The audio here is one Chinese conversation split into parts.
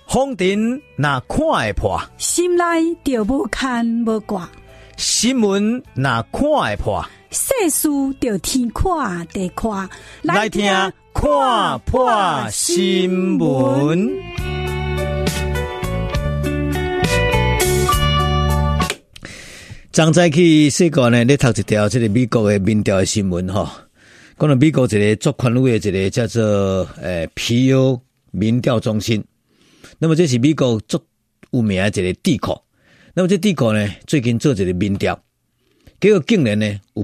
风尘若看会破， 心内就无牵无挂； 新闻若看会破， 世事就天看地看。 来听看破新闻。昨早去世界呢，咧读一条这个美国的民调的新闻吼，讲到美国一个做权威的一个叫做皮尤民调中心。那么这是美国最有名的一个智库。那么这智库呢，最近做一个民调，结果竟然呢有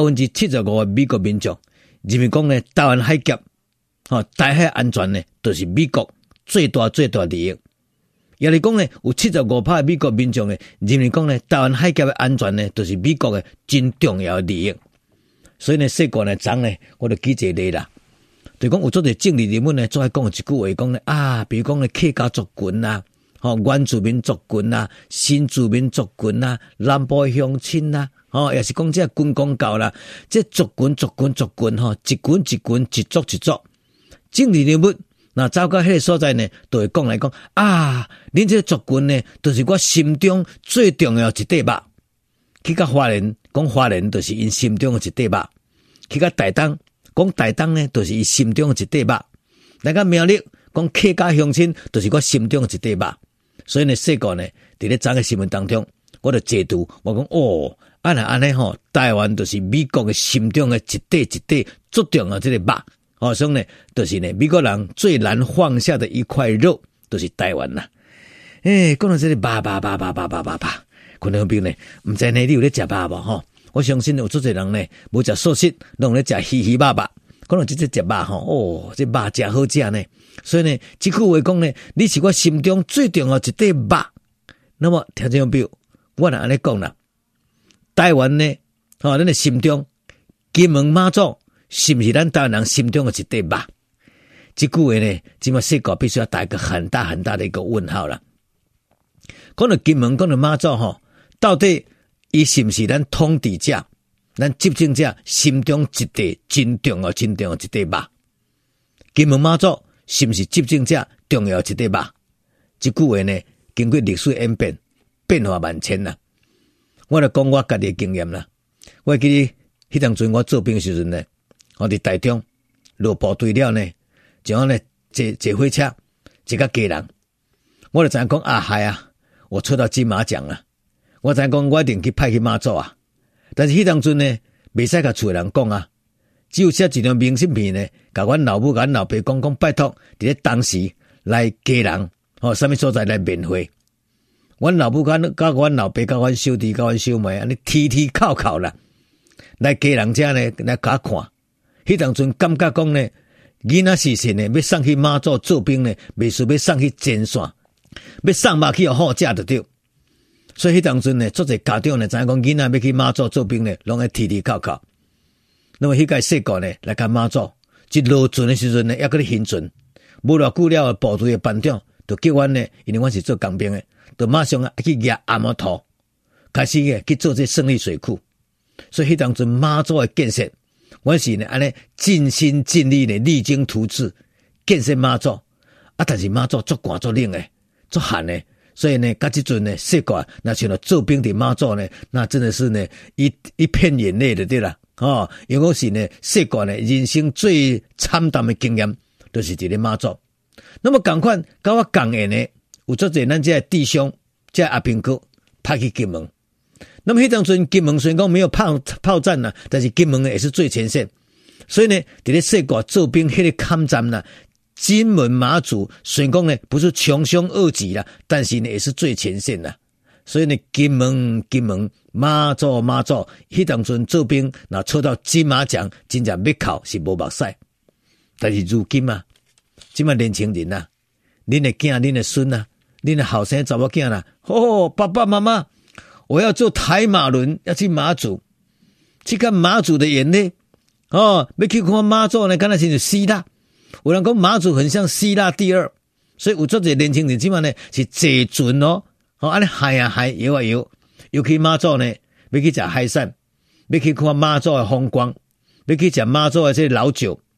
75%的美国民众认为讲呢，台湾海峡台海安全呢，就是美国最大利益。也是讲呢，有75%的美国民众呢认为讲呢，台湾海峡的安全呢，就是美国的真重要的利益。所以呢，世界呢，昨呢，我就举一个例啦。就讲有做者政治人物呢，做爱讲一句话讲呢比如讲呢客家族群啦，原住民族群啦，新住民族群啦，南部乡亲啦，也是讲这军公教啦，这族群，一群一族，政治人物那走到迄个所在呢，就会讲来讲恁这个族群呢，就是我心中最重要一块肉。去到花莲，讲花莲就是因心中的一块肉；去到台东，讲台东呢，就是伊心中的一块肉。来到苗栗，讲客家乡亲，就是我心中的一块肉。所以呢，世界呢，伫咧昨个新闻当中，我就解读，我讲安尼吼，台湾就是美国的心中的一块最重要这个肉。所以呢，就是呢，美国人最难放下的一块肉，就是台湾啦。讲到这个肉，可能朋友呢，唔知呢你有咧食肉无吼？我相信有足侪人呢，无食素食，拢咧食鱼肉。可能即食肉吼，这肉真好食呢。所以呢，这句话讲呢，你是我心中最重要一块肉。那么听众朋友，我若安尼讲啦，台湾呢，咱的心中金门马祖是不是咱台湾人心中的一块肉？这句话呢，今麦世界必须要打一个很大的一个问号啦。讲到金门，讲到马祖吼，到底伊是不是咱统治者、咱执政者心中一块真重要一块肉？金门马祖是不是执政者重要一块肉？这句话呢，经过历史演变，变化万千啦。我来讲我家己的经验啦。我记得迄当阵我做兵时阵呢，我伫台中落部队了呢，就呢坐火车，一个家人，我就知影讲我抽到金马奖了。我知影讲我一定去派去马祖啊。但是迄当阵呢，袂使甲厝的人讲只有写一张明信片呢，甲阮老母、甲阮老爸讲拜托，伫咧当时来家人什么所在来面会。阮老母甲阮老爸、甲阮小弟、甲阮小妹，安尼天靠啦，来家人家呢来甲看。迄当阵感觉讲呢，囡仔时辰呢要送去马祖做兵呢，袂输要送去前线，要送肉去好食就对。所以迄当阵呢，做者家长呢，知影讲囡仔要去马祖做兵呢，拢爱天靠。那么迄个世界呢，来甲马祖，一落船的时阵呢，还搁咧行船，无偌久了，部队的班长就叫阮呢，因为阮是做工兵的，就马上去举阿摩托，开始去做这胜利水库。所以迄当阵马祖的建设，阮是呢安尼尽心尽力的励精图治建设马祖。但是马祖足寒足冷的，足寒的。所以呢，到这阵呢，世界那像了做兵的马祖呢，那真的是呢一片眼泪的对啦。因为是呢，世界呢人生最惨淡的经验，都是伫咧马祖。那么同款，甲我共演呢，有足侪咱这弟兄，这阿兵哥派去金门。那么迄当阵金门虽然讲没有炮战啦，但是金门呢也是最前线。所以呢，伫咧世界做兵迄个抗战啦。金门马祖虽然讲呢不是穷凶恶极啦，但是呢也是最前线啦。所以呢，金门马祖，迄当阵做兵，那抽到金马奖，真正要考是无目屎。但是如今今年轻人恁的囝、恁的孙恁的后生查某囝啦，爸爸妈妈，我要坐台马轮，要去马祖，去看马祖的眼泪。要去看马祖呢，敢若是希腊。有人讲马祖很像希腊第二，所以有足侪年轻人即嘛呢是坐船安尼海游，尤其马祖呢，要去食海产，要去看马祖的风光，要去食马祖的这老酒，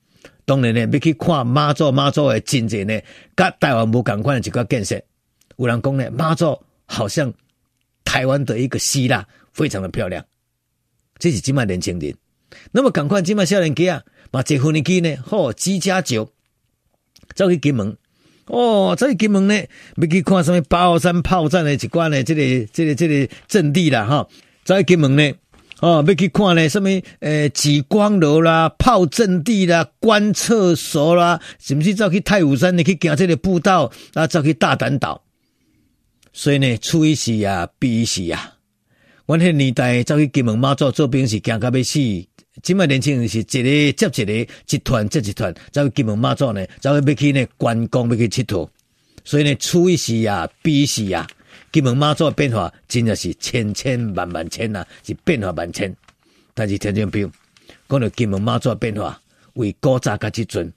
当然呢，要去看马祖的真正呢，甲台湾无共款的一个建设。有人讲呢，马祖好像台湾的一个希腊，非常的漂亮。这是今麦年轻人。那么共款今麦少年家啊，嘛坐飞机呢，机加酒，走去金门。走去金门呢，要去看什么8号山炮战的一关呢？这个阵地啦，走去金门呢，要去看呢什么紫光楼啦、炮阵地啦、观厕所啦，甚至走去太武山呢去行这个步道啊，走去大胆岛。所以呢，处一时啊，必一时啊。阮迄年代走去金门马祖做兵是行到要死。今麦年轻人是一个接一个，一团接一团，走去金门马祖呢，走去要去呢观光，要去佚佗。所以呢，处一时啊，必一时啊。金门马祖的变化真的是千千万万千啊，是变化万千。但是听众朋友，讲到金门马祖的变化，为古早甲即阵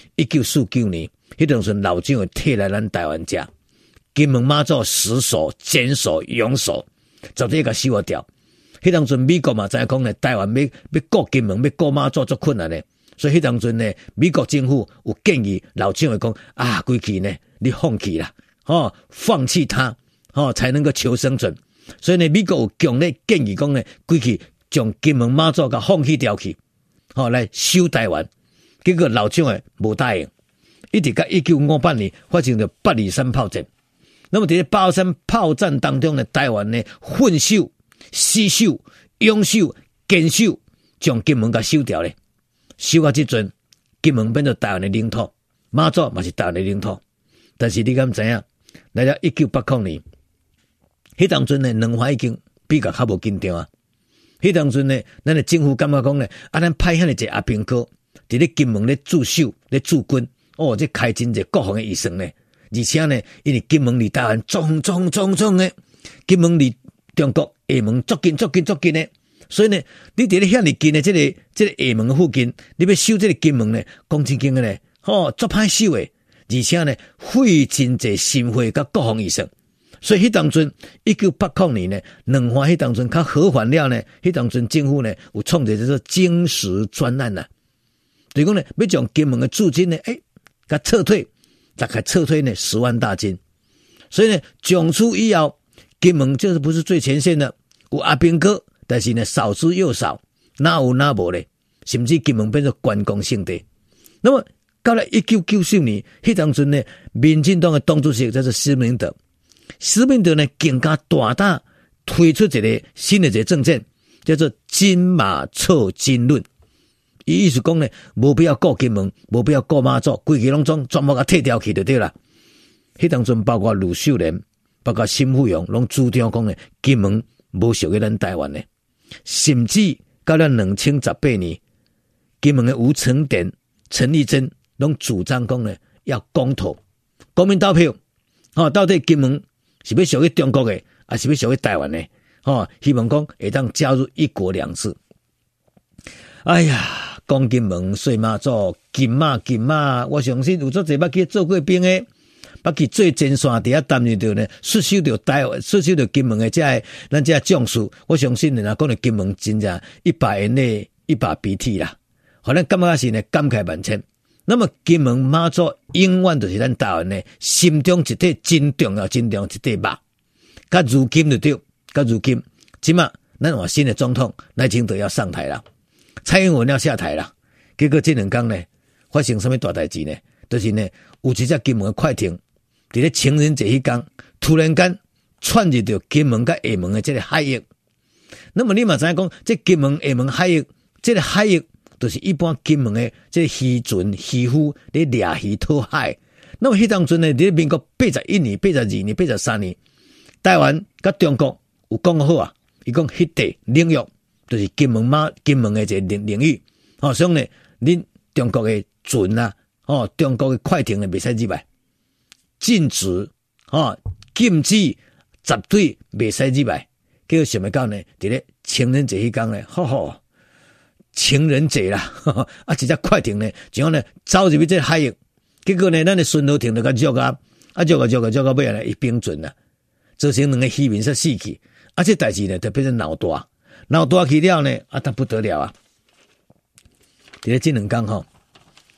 ，1949年，迄当阵老蒋会摕来咱台湾食，金门马祖死守、坚守、永守，绝对甲收掉。迄当阵美国嘛知影讲呢，台湾要顾金门、要顾马祖足困难的，所以迄当阵呢，美国政府有建议老蒋会讲啊，规气呢你放弃啦，放弃它，才能够求生存。所以呢，美国有强烈建议讲呢，规气将金门马祖甲放弃掉去，来收台湾。结果老蒋诶无答应，一直到1958年发生了8里山炮战。那么在8号山炮战当中呢，台湾呢奋守、死守、勇守、坚守，将金门甲收掉咧。收到即阵，金门变做台湾的领土，马祖嘛是台湾的领土。但是你敢知影？来到1980年，迄当阵呢，两岸已经比较较无紧张啊。迄当阵呢，咱的政府感觉讲呢，咱派遐尼一个阿兵哥伫咧金门咧驻守、咧驻军，这开真一个国防的医生呢。而且呢，因为金门离台湾重的，金门离中国厦门足近的，所以呢，你伫咧遐尼近的这个厦门附近，你要守这个金门呢，讲真经的呢，足歹守的，而且呢，费真济心血甲国防医生。所以迄当阵1980年呢，两岸迄当阵较和缓了呢，迄当阵政府呢有创一个叫做金石专案呐，就是讲呢，要将金门的驻军呢，甲撤退。大概撤退呢10万大军，所以呢，从此以后，金门就是不是最前线的，有阿兵哥，但是呢少之又少，哪有哪无咧，甚至金门变成观光胜地。那么到了1994年，迄当阵呢，民进党的党主席叫做施明德呢更加大胆推出一个新的一个政见，叫做金马撤金论。意思讲呢，无必要顾金门，无必要顾马祖，规气拢全部甲退掉去就对啦。迄当阵包括吕秀莲，包括辛富荣，拢主张讲呢，金门无属于咱台湾的。甚至到了2018年，金门的吴成典、陈丽珍拢主张讲呢，要公投、公民投票，到底金门是要属于中国的，还是要属于台湾的？希望讲会当加入一国两制。哎呀，讲金门、说马祖、金马，我相信有足侪捌去做过兵的，捌去做前线底下担任着呢，xuất守着金门的咱这将士，我相信呢，讲到金门真正100眼泪100鼻涕啦，互咱感觉是呢感慨万千。那么金门马祖永远就是咱台湾呢心中一块真重要一块肉。到如今就对，到如今，今嘛咱换新的总统赖清德要上台了。蔡英文要下台了，结果这2天呢，发生什么大代志呢？就是呢，有一只金门的快艇，在咧情人节迄天，突然间窜入到金门甲厦门的这个海域。那么你嘛知影讲，这金门厦门海域，这个海域就是一般金门的这个渔船、渔夫咧掠鱼讨海。那么迄当阵呢，在民国81年、82年、83年，台湾甲中国有讲好啊，伊讲迄地领域。就是金门的这个领域，所以呢，恁中国的船啊，中国的快艇呢，袂使入来，禁止，禁止绝对袂使入来。结果想要到呢，伫咧情人节迄天呢，情人节啦，一只快艇呢，然后呢走入去这海域，结果呢，咱的巡逻艇就甲捉到尾呢，伊冰准啦，造成2个渔民死去，这代志呢，就变成闹大去了呢，他不得了啊！在这2天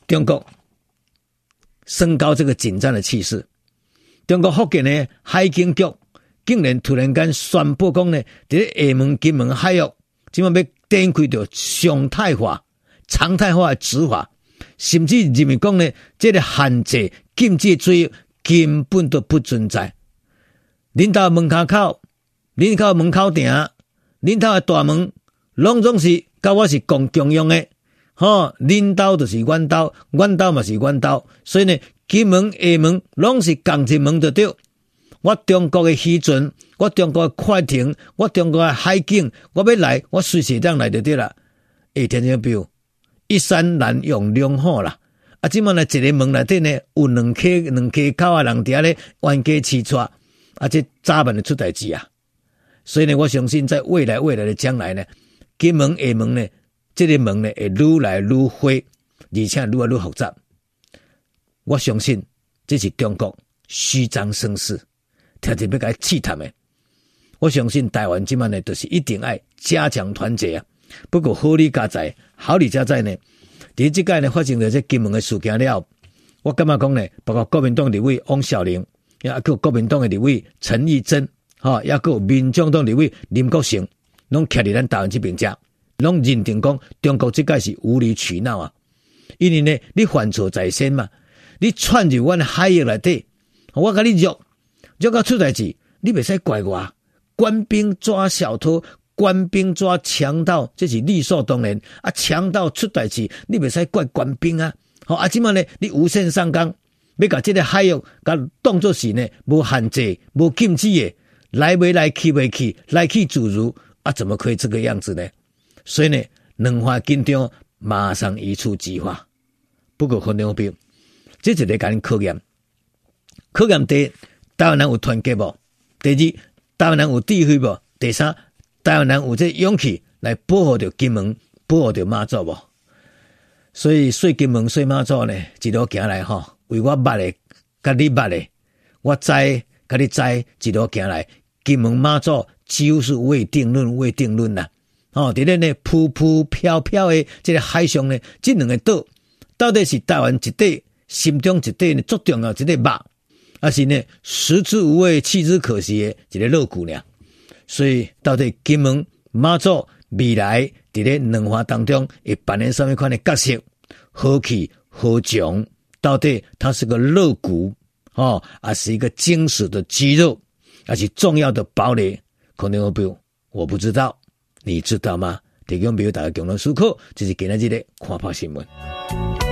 中国升高这个紧张的气势。中国福建的海警局竟然突然间宣布讲呢，在厦门、金门海域，今晚要展开到常态化的执法，甚至认为讲呢，这个限制禁止罪根本都不存在。恁家门口、恁家门口顶、恁家的大门，拢总是甲我是共用的。恁兜就是阮兜，阮兜嘛是阮兜，所以呢，金门、厦门拢是共一门就对。我中国的渔船，我中国的快艇，我中国的海警，我要来，我随时当来就对啦。听众朋友，一山难容两虎啦。即满呢一个门内底呢有两溪口啊人伫咧冤家饲带，这早晚就出代志啊。所以呢，我相信在未来的将来呢，金门、厦门呢，这个门呢会愈来愈灰，而且愈来愈复杂。我相信这是中国虚张声势，特别要甲试探的。我相信台湾今晚呢，就是一定要加强团结啊。不过好理加在，好理加在呢，伫这届呢发生了这金门的事件了，我感觉讲呢，包括国民党立委汪小玲，也还有国民党的立委陈义珍，也还有民众党立委林国成，拢徛伫咱台湾这边遮，拢认定讲中国这届是无理取闹啊。因为呢，你犯错在先嘛，你窜入阮海域内底，我甲你辱到出代志，你袂使怪我。官兵抓小偷，官兵抓强盗，这是理所当然啊！强盗出代志，你袂使怪官兵啊！即摆呢，你无限上纲，要甲这个海域甲当作是呢无限制、无禁止的，来袂来去袂去，来去自如啊！怎么可以这个样子呢？所以呢，两方紧张，马上移除计划。不过很牛逼，这一个甲恁考验。考验第一，台湾人有团结无？第二，台湾人有智慧无？第三，台湾人有这勇气来保护着金门，保护着马祖无？所以说金门说马祖呢，一路行来为我捌的，甲你捌的，我知甲你知，一路行来，金门马祖就是未定论啦。伫咧呢扑扑飘飘的这个海上呢，这两个岛到底是台湾一块心中一块呢最重要一个肉，还是呢食之无味弃之可惜的一个肉骨呢？所以到底金门马祖未来伫咧两方当中会扮演什么款的角色？何去何从？到底它是个肉骨还是一个精实的肌肉，还是重要的堡垒？可能我不知道，你知道吗？提供朋友大家共同思考，这是今日的看破新闻。